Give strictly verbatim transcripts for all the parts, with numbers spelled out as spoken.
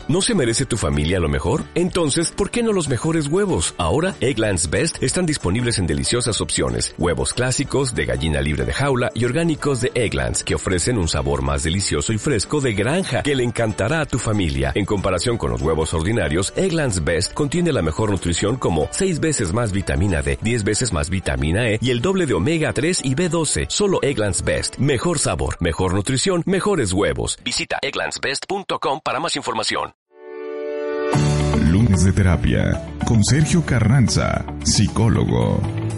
¿No se merece tu familia lo mejor? Entonces, ¿por qué no los mejores huevos? Ahora, Eggland's Best están disponibles en deliciosas opciones. Huevos clásicos, de gallina libre de jaula y orgánicos de Eggland's, que ofrecen un sabor más delicioso y fresco de granja que le encantará a tu familia. En comparación con los huevos ordinarios, Eggland's Best contiene la mejor nutrición como seis veces más vitamina D, diez veces más vitamina E y el doble de omega tres y B doce. Solo Eggland's Best. Mejor sabor, mejor nutrición, mejores huevos. Visita egglands best punto com para más información. Lunes de Terapia con Sergio Carranza, psicólogo.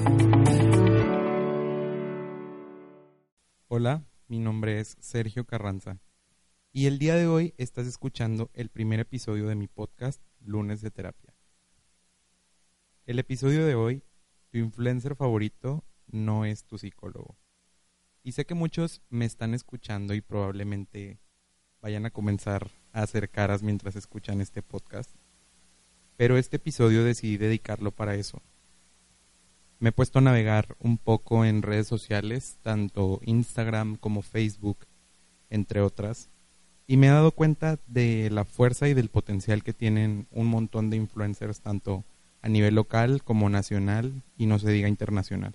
Hola, mi nombre es Sergio Carranza y el día de hoy estás escuchando el primer episodio de mi podcast Lunes de Terapia. El episodio de hoy, tu influencer favorito no es tu psicólogo. Y sé que muchos me están escuchando y probablemente vayan a comenzar a hacer caras mientras escuchan este podcast. Pero este episodio decidí dedicarlo para eso. Me he puesto a navegar un poco en redes sociales, tanto Instagram como Facebook, entre otras, y me he dado cuenta de la fuerza y del potencial que tienen un montón de influencers, tanto a nivel local como nacional y no se diga internacional.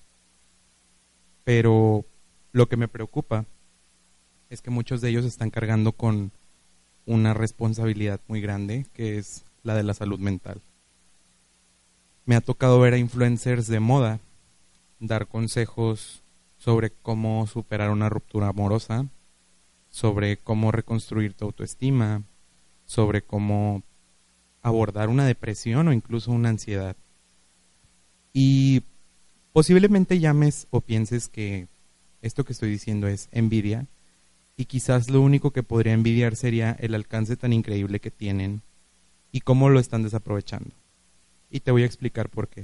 Pero lo que me preocupa es que muchos de ellos están cargando con una responsabilidad muy grande, que es la de la salud mental. Me ha tocado ver a influencers de moda dar consejos sobre cómo superar una ruptura amorosa, sobre cómo reconstruir tu autoestima, sobre cómo abordar una depresión o incluso una ansiedad. Y posiblemente llames o pienses que esto que estoy diciendo es envidia, y quizás lo único que podría envidiar sería el alcance tan increíble que tienen y cómo lo están desaprovechando. Y te voy a explicar por qué.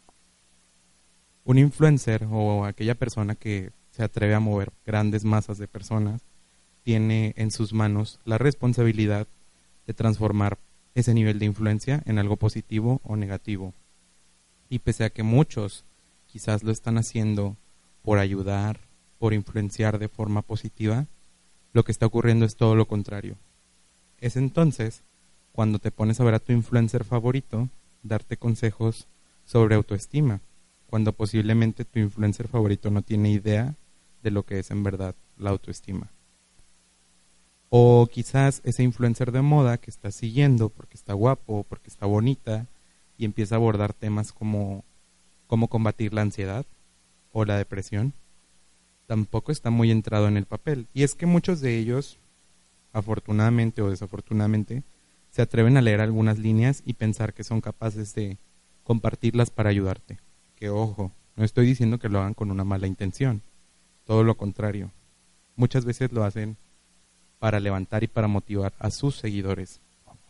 Un influencer o aquella persona que se atreve a mover grandes masas de personas tiene en sus manos la responsabilidad de transformar ese nivel de influencia en algo positivo o negativo. Y pese a que muchos quizás lo están haciendo por ayudar, por influenciar de forma positiva, lo que está ocurriendo es todo lo contrario. Es entonces cuando te pones a ver a tu influencer favorito darte consejos sobre autoestima, cuando posiblemente tu influencer favorito no tiene idea de lo que es en verdad la autoestima. O quizás ese influencer de moda que estás siguiendo porque está guapo, porque está bonita, y empieza a abordar temas como cómo combatir la ansiedad o la depresión, tampoco está muy entrado en el papel. Y es que muchos de ellos, afortunadamente o desafortunadamente, se atreven a leer algunas líneas y pensar que son capaces de compartirlas para ayudarte. Que ojo, no estoy diciendo que lo hagan con una mala intención, todo lo contrario. Muchas veces lo hacen para levantar y para motivar a sus seguidores.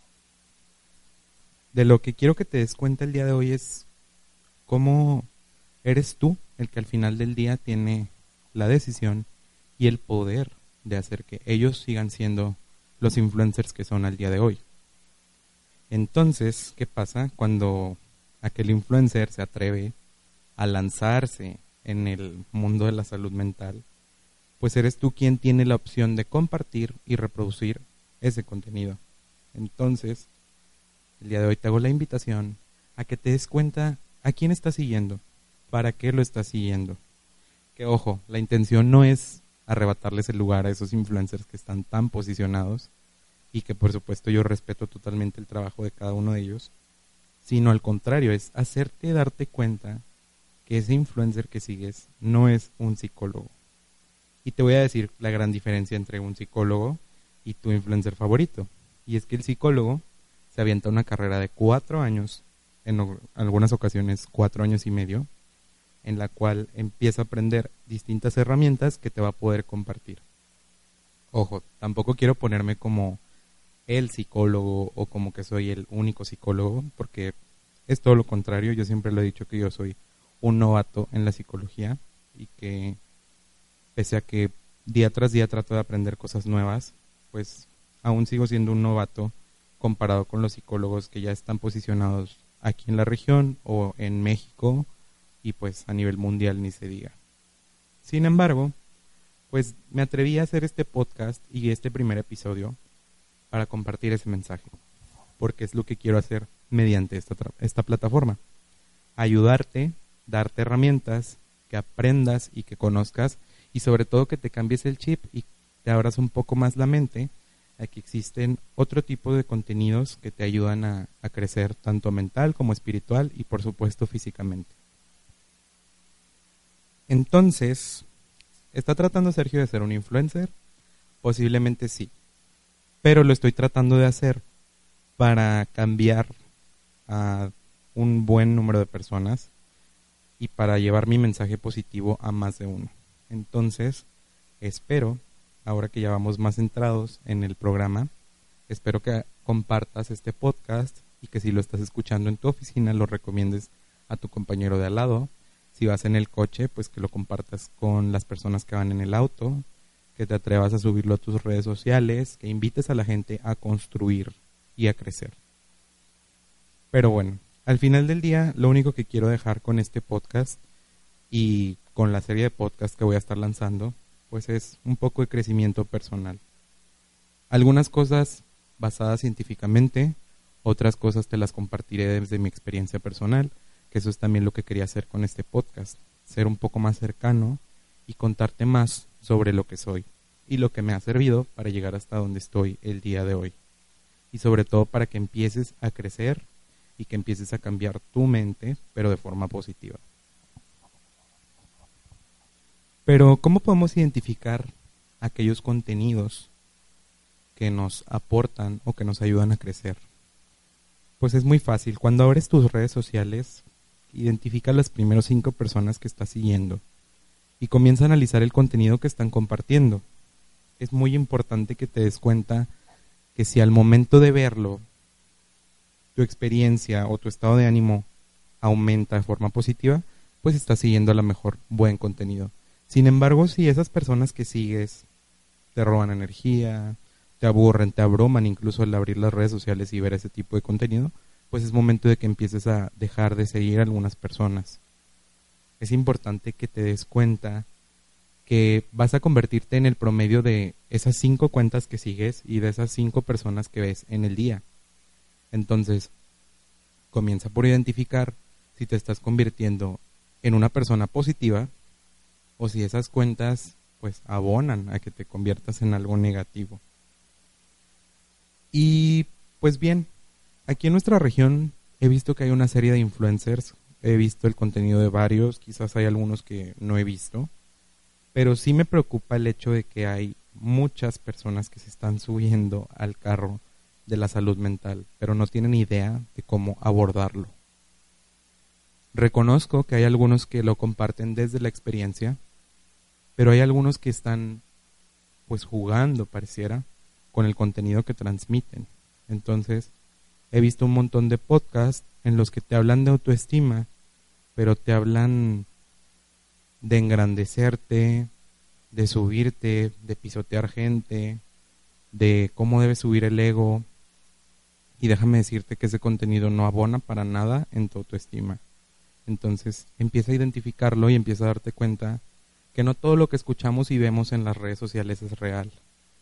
De lo que quiero que te des cuenta el día de hoy es cómo eres tú el que al final del día tiene la decisión y el poder de hacer que ellos sigan siendo los influencers que son al día de hoy. Entonces, ¿qué pasa cuando aquel influencer se atreve a lanzarse en el mundo de la salud mental? Pues eres tú quien tiene la opción de compartir y reproducir ese contenido. Entonces, el día de hoy te hago la invitación a que te des cuenta a quién estás siguiendo, para qué lo estás siguiendo. Que ojo, la intención no es arrebatarles el lugar a esos influencers que están tan posicionados, y que por supuesto yo respeto totalmente el trabajo de cada uno de ellos, sino al contrario, es hacerte darte cuenta que ese influencer que sigues no es un psicólogo. Y te voy a decir la gran diferencia entre un psicólogo y tu influencer favorito. Y es que el psicólogo se avienta una carrera de cuatro años, en algunas ocasiones cuatro años y medio, en la cual empieza a aprender distintas herramientas que te va a poder compartir. Ojo, tampoco quiero ponerme como el psicólogo o como que soy el único psicólogo, porque es todo lo contrario. Yo siempre lo he dicho que yo soy un novato en la psicología y que pese a que día tras día trato de aprender cosas nuevas, pues aún sigo siendo un novato comparado con los psicólogos que ya están posicionados aquí en la región o en México y pues a nivel mundial ni se diga. Sin embargo, pues me atreví a hacer este podcast y este primer episodio para compartir ese mensaje. porque es lo que quiero hacer mediante esta, tra- esta plataforma. Ayudarte, darte herramientas, que aprendas y que conozcas, y sobre todo que te cambies el chip y te abras un poco más la mente a que existen otro tipo de contenidos que te ayudan a, a crecer tanto mental como espiritual y por supuesto físicamente. Entonces, ¿está tratando Sergio de ser un influencer? Posiblemente sí, pero lo estoy tratando de hacer para cambiar a un buen número de personas y para llevar mi mensaje positivo a más de uno. Entonces, espero, ahora que ya vamos más centrados en el programa, espero que compartas este podcast y que si lo estás escuchando en tu oficina lo recomiendes a tu compañero de al lado. Si vas en el coche, pues que lo compartas con las personas que van en el auto, que te atrevas a subirlo a tus redes sociales, que invites a la gente a construir y a crecer. Pero bueno, al final del día, lo único que quiero dejar con este podcast y con la serie de podcasts que voy a estar lanzando, pues es un poco de crecimiento personal. Algunas cosas basadas científicamente, otras cosas te las compartiré desde mi experiencia personal, que eso es también lo que quería hacer con este podcast, ser un poco más cercano y contarte más sobre lo que soy y lo que me ha servido para llegar hasta donde estoy el día de hoy. Y sobre todo para que empieces a crecer y que empieces a cambiar tu mente, pero de forma positiva. Pero, ¿cómo podemos identificar aquellos contenidos que nos aportan o que nos ayudan a crecer? Pues es muy fácil. Cuando abres tus redes sociales, identifica las primeras cinco personas que estás siguiendo y comienza a analizar el contenido que están compartiendo. Es muy importante que te des cuenta que si al momento de verlo, tu experiencia o tu estado de ánimo aumenta de forma positiva, pues estás siguiendo a lo mejor buen contenido. Sin embargo, si esas personas que sigues te roban energía, te aburren, te abruman incluso al abrir las redes sociales y ver ese tipo de contenido, pues es momento de que empieces a dejar de seguir a algunas personas. Es importante que te des cuenta que vas a convertirte en el promedio de esas cinco cuentas que sigues y de esas cinco personas que ves en el día. Entonces, comienza por identificar si te estás convirtiendo en una persona positiva o si esas cuentas pues abonan a que te conviertas en algo negativo. Y pues bien, aquí en nuestra región he visto que hay una serie de influencers, he visto el contenido de varios, quizás hay algunos que no he visto, pero sí me preocupa el hecho de que hay muchas personas que se están subiendo al carro de la salud mental, pero no tienen idea de cómo abordarlo. Reconozco que hay algunos que lo comparten desde la experiencia, pero hay algunos que están pues jugando, pareciera, con el contenido que transmiten. Entonces, he visto un montón de podcasts en los que te hablan de autoestima, pero te hablan de engrandecerte, de subirte, de pisotear gente, de cómo debes subir el ego. Y déjame decirte que ese contenido no abona para nada en tu autoestima. Entonces, empieza a identificarlo y empieza a darte cuenta que no todo lo que escuchamos y vemos en las redes sociales es real.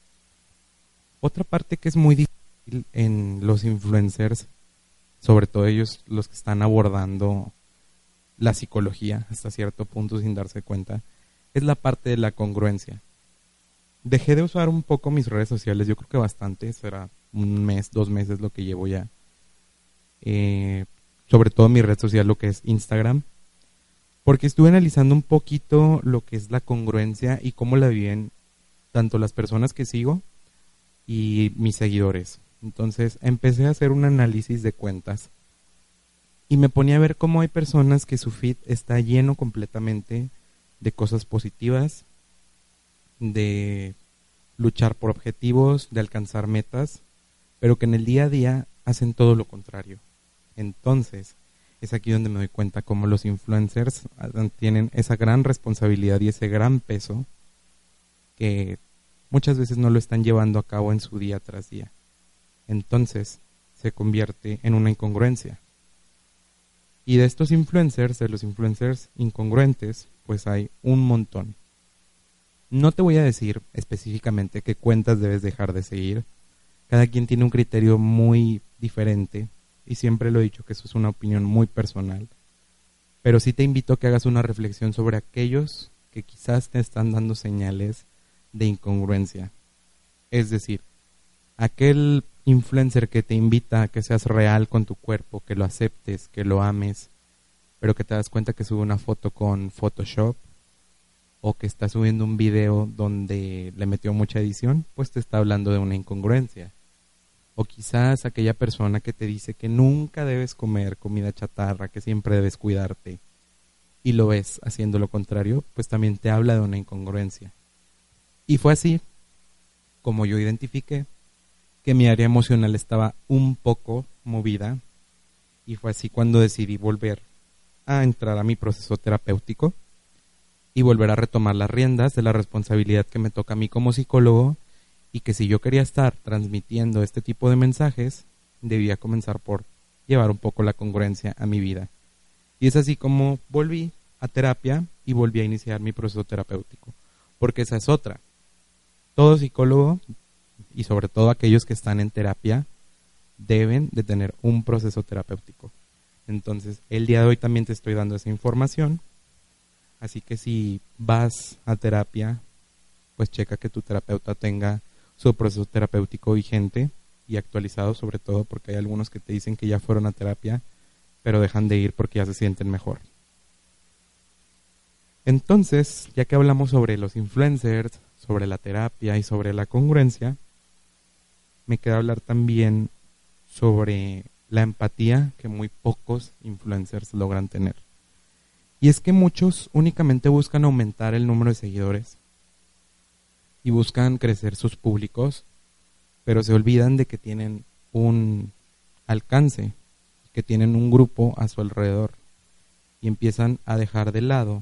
Otra parte que es muy difícil en los influencers, sobre todo ellos los que están abordando la psicología hasta cierto punto sin darse cuenta, es la parte de la congruencia. Dejé de usar un poco mis redes sociales, yo creo que bastante, será un mes, dos meses lo que llevo ya. Eh, sobre todo mi red social, lo que es Instagram, porque estuve analizando un poquito lo que es la congruencia y cómo la viven tanto las personas que sigo y mis seguidores. Entonces empecé a hacer un análisis de cuentas y me ponía a ver cómo hay personas que su feed está lleno completamente de cosas positivas, de luchar por objetivos, de alcanzar metas, pero que en el día a día hacen todo lo contrario. Entonces, es aquí donde me doy cuenta cómo los influencers tienen esa gran responsabilidad y ese gran peso que muchas veces no lo están llevando a cabo en su día tras día. Entonces, se convierte en una incongruencia. Y de estos influencers, de los influencers incongruentes, pues hay un montón. No te voy a decir específicamente qué cuentas debes dejar de seguir. Cada quien tiene un criterio muy diferente, y siempre lo he dicho que eso es una opinión muy personal, pero sí te invito a que hagas una reflexión sobre aquellos que quizás te están dando señales de incongruencia. Es decir, aquel influencer que te invita a que seas real con tu cuerpo, que lo aceptes, que lo ames, pero que te das cuenta que sube una foto con Photoshop, o que está subiendo un video donde le metió mucha edición, pues te está hablando de una incongruencia. O quizás aquella persona que te dice que nunca debes comer comida chatarra, que siempre debes cuidarte, y lo ves haciendo lo contrario, pues también te habla de una incongruencia. Y fue así como yo identifiqué que mi área emocional estaba un poco movida, y fue así cuando decidí volver a entrar a mi proceso terapéutico y volver a retomar las riendas de la responsabilidad que me toca a mí como psicólogo, y que si yo quería estar transmitiendo este tipo de mensajes, debía comenzar por llevar un poco la congruencia a mi vida. Y es así como volví a terapia y volví a iniciar mi proceso terapéutico, porque esa es otra. Todo psicólogo, y sobre todo aquellos que están en terapia, deben de tener un proceso terapéutico. Entonces, el día de hoy también te estoy dando esa información. Así que si vas a terapia, pues checa que tu terapeuta tenga su proceso terapéutico vigente y actualizado, sobre todo porque hay algunos que te dicen que ya fueron a terapia, pero dejan de ir porque ya se sienten mejor. Entonces, ya que hablamos sobre los influencers, sobre la terapia y sobre la congruencia, me queda hablar también sobre la empatía que muy pocos influencers logran tener. Y es que muchos únicamente buscan aumentar el número de seguidores y buscan crecer sus públicos, pero se olvidan de que tienen un alcance, que tienen un grupo a su alrededor, y empiezan a dejar de lado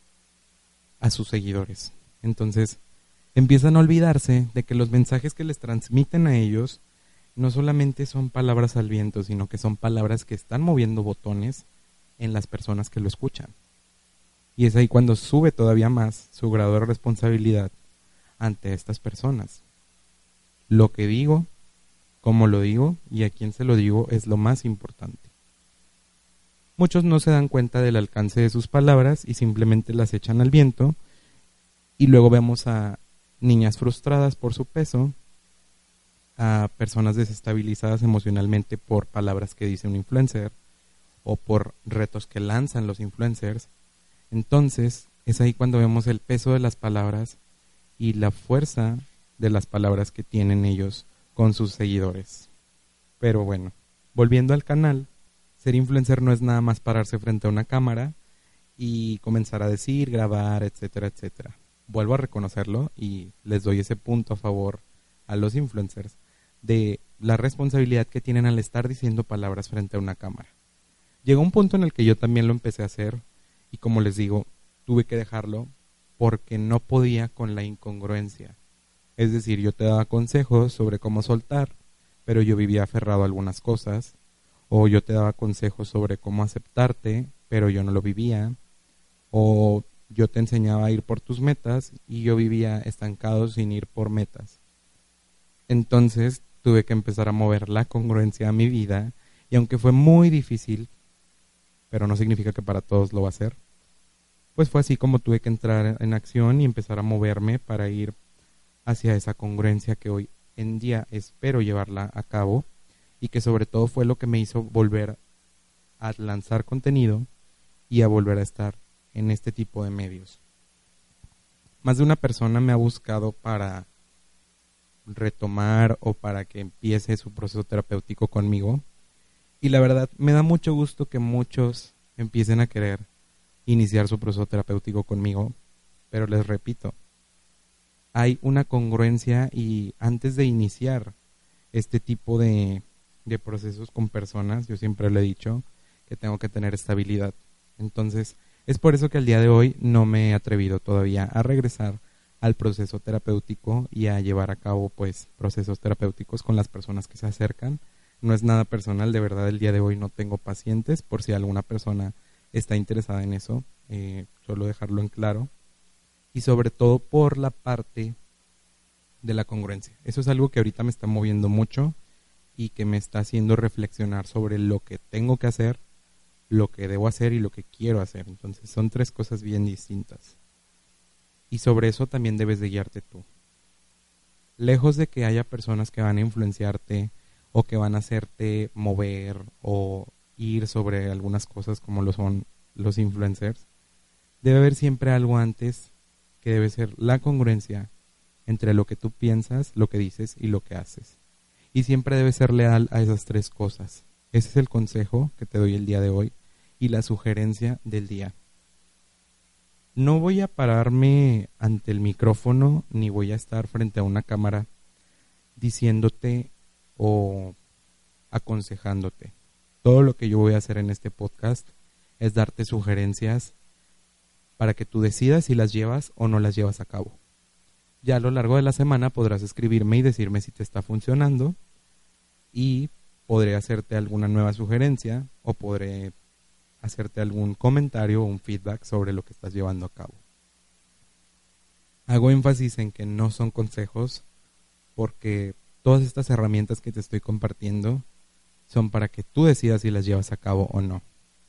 a sus seguidores. Entonces, empiezan a olvidarse de que los mensajes que les transmiten a ellos no solamente son palabras al viento, sino que son palabras que están moviendo botones en las personas que lo escuchan. Y es ahí cuando sube todavía más su grado de responsabilidad ante estas personas. Lo que digo, cómo lo digo y a quién se lo digo es lo más importante. Muchos no se dan cuenta del alcance de sus palabras y simplemente las echan al viento, y luego vemos a niñas frustradas por su peso, a personas desestabilizadas emocionalmente por palabras que dice un influencer o por retos que lanzan los influencers. Entonces es ahí cuando vemos el peso de las palabras y la fuerza de las palabras que tienen ellos con sus seguidores. Pero bueno, volviendo al canal, ser influencer no es nada más pararse frente a una cámara y comenzar a decir, grabar, etcétera, etcétera. Vuelvo a reconocerlo y les doy ese punto a favor a los influencers de la responsabilidad que tienen al estar diciendo palabras frente a una cámara. Llegó un punto en el que yo también lo empecé a hacer, y como les digo, tuve que dejarlo porque no podía con la incongruencia. Es decir, yo te daba consejos sobre cómo soltar, pero yo vivía aferrado a algunas cosas, o yo te daba consejos sobre cómo aceptarte, pero yo no lo vivía, o yo te enseñaba a ir por tus metas y yo vivía estancado sin ir por metas. Entonces tuve que empezar a mover la congruencia a mi vida, y aunque fue muy difícil, pero no significa que para todos lo va a ser, pues fue así como tuve que entrar en acción y empezar a moverme para ir hacia esa congruencia que hoy en día espero llevarla a cabo, y que sobre todo fue lo que me hizo volver a lanzar contenido y a volver a estar en este tipo de medios. Más de una persona me ha buscado para retomar o para que empiece su proceso terapéutico conmigo, y la verdad me da mucho gusto que muchos empiecen a querer iniciar su proceso terapéutico conmigo, pero les repito, hay una congruencia, y antes de iniciar este tipo de, de procesos con personas, yo siempre lo he dicho, que tengo que tener estabilidad. Entonces, es por eso que al día de hoy no me he atrevido todavía a regresar al proceso terapéutico y a llevar a cabo pues procesos terapéuticos con las personas que se acercan. No es nada personal, de verdad el día de hoy no tengo pacientes, por si alguna persona está interesada en eso, eh, solo dejarlo en claro. Y sobre todo por la parte de la congruencia. Eso es algo que ahorita me está moviendo mucho, y que me está haciendo reflexionar sobre lo que tengo que hacer, lo que debo hacer y lo que quiero hacer. Entonces son tres cosas bien distintas. Y sobre eso también debes de guiarte tú. Lejos de que haya personas que van a influenciarte o que van a hacerte mover o ir sobre algunas cosas como lo son los influencers, debe haber siempre algo antes que debe ser la congruencia entre lo que tú piensas, lo que dices y lo que haces. Y siempre debes ser leal a esas tres cosas. Ese es el consejo que te doy el día de hoy y la sugerencia del día. No voy a pararme ante el micrófono ni voy a estar frente a una cámara diciéndote o aconsejándote. Todo lo que yo voy a hacer en este podcast es darte sugerencias para que tú decidas si las llevas o no las llevas a cabo. Ya a lo largo de la semana podrás escribirme y decirme si te está funcionando y podré hacerte alguna nueva sugerencia o podré hacerte algún comentario o un feedback sobre lo que estás llevando a cabo. Hago énfasis en que no son consejos porque todas estas herramientas que te estoy compartiendo son para que tú decidas si las llevas a cabo o no.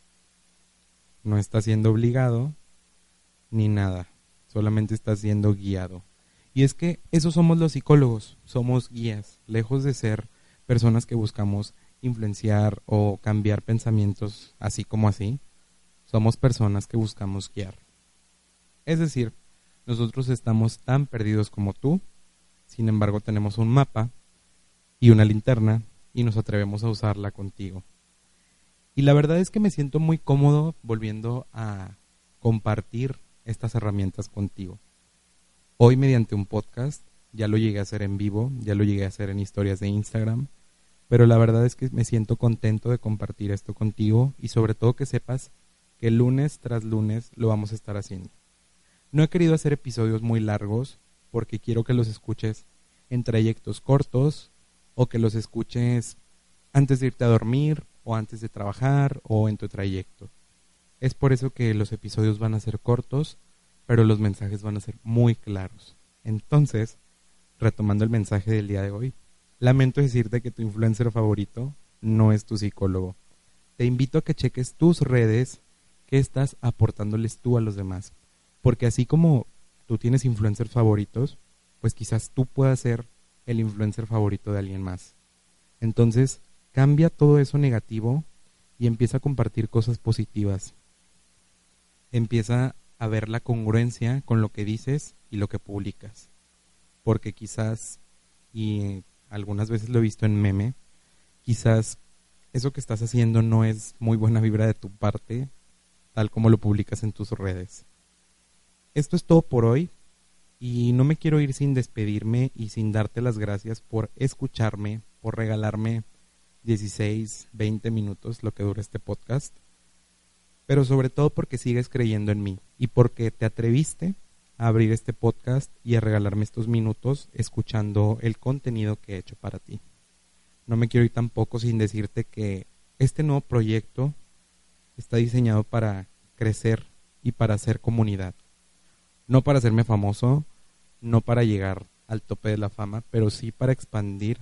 No estás siendo obligado ni nada, solamente estás siendo guiado. Y es que eso somos los psicólogos, somos guías, lejos de ser personas que buscamos influenciar o cambiar pensamientos así como así, somos personas que buscamos guiar. Es decir, nosotros estamos tan perdidos como tú, sin embargo tenemos un mapa y una linterna y nos atrevemos a usarla contigo. Y la verdad es que me siento muy cómodo volviendo a compartir estas herramientas contigo. Hoy mediante un podcast, ya lo llegué a hacer en vivo, ya lo llegué a hacer en historias de Instagram, pero la verdad es que me siento contento de compartir esto contigo y sobre todo que sepas que lunes tras lunes lo vamos a estar haciendo. No he querido hacer episodios muy largos porque quiero que los escuches en trayectos cortos o que los escuches antes de irte a dormir o antes de trabajar o en tu trayecto. Es por eso que los episodios van a ser cortos, pero los mensajes van a ser muy claros. Entonces, retomando el mensaje del día de hoy, lamento decirte que tu influencer favorito no es tu psicólogo. Te invito a que cheques tus redes, qué estás aportándoles tú a los demás. Porque así como tú tienes influencers favoritos, pues quizás tú puedas ser el influencer favorito de alguien más. Entonces, cambia todo eso negativo y empieza a compartir cosas positivas. Empieza a ver la congruencia con lo que dices y lo que publicas. Porque quizás, y algunas veces lo he visto en meme, quizás eso que estás haciendo no es muy buena vibra de tu parte, tal como lo publicas en tus redes. Esto es todo por hoy y no me quiero ir sin despedirme y sin darte las gracias por escucharme, por regalarme dieciséis, veinte minutos, lo que dura este podcast, pero sobre todo porque sigues creyendo en mí y porque te atreviste a abrir este podcast y a regalarme estos minutos escuchando el contenido que he hecho para ti. No me quiero ir tampoco sin decirte que este nuevo proyecto está diseñado para crecer y para hacer comunidad. No para hacerme famoso, no para llegar al tope de la fama, pero sí para expandir,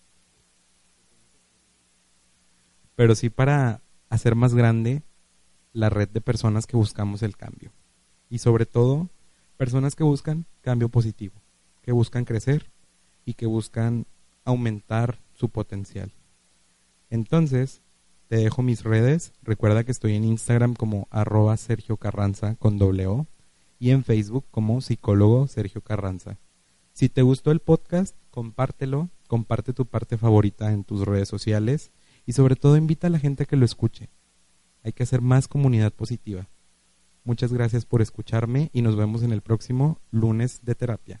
pero sí para hacer más grande la red de personas que buscamos el cambio. Y sobre todo, personas que buscan cambio positivo, que buscan crecer y que buscan aumentar su potencial. Entonces, te dejo mis redes. Recuerda que estoy en Instagram como arroba Sergio Carranza con doble O y en Facebook como psicólogo Sergio Carranza. Si te gustó el podcast, compártelo, comparte tu parte favorita en tus redes sociales y sobre todo invita a la gente a que lo escuche. Hay que hacer más comunidad positiva. Muchas gracias por escucharme y nos vemos en el próximo lunes de terapia.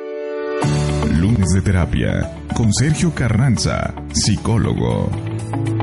Lunes de terapia con Sergio Carranza, psicólogo.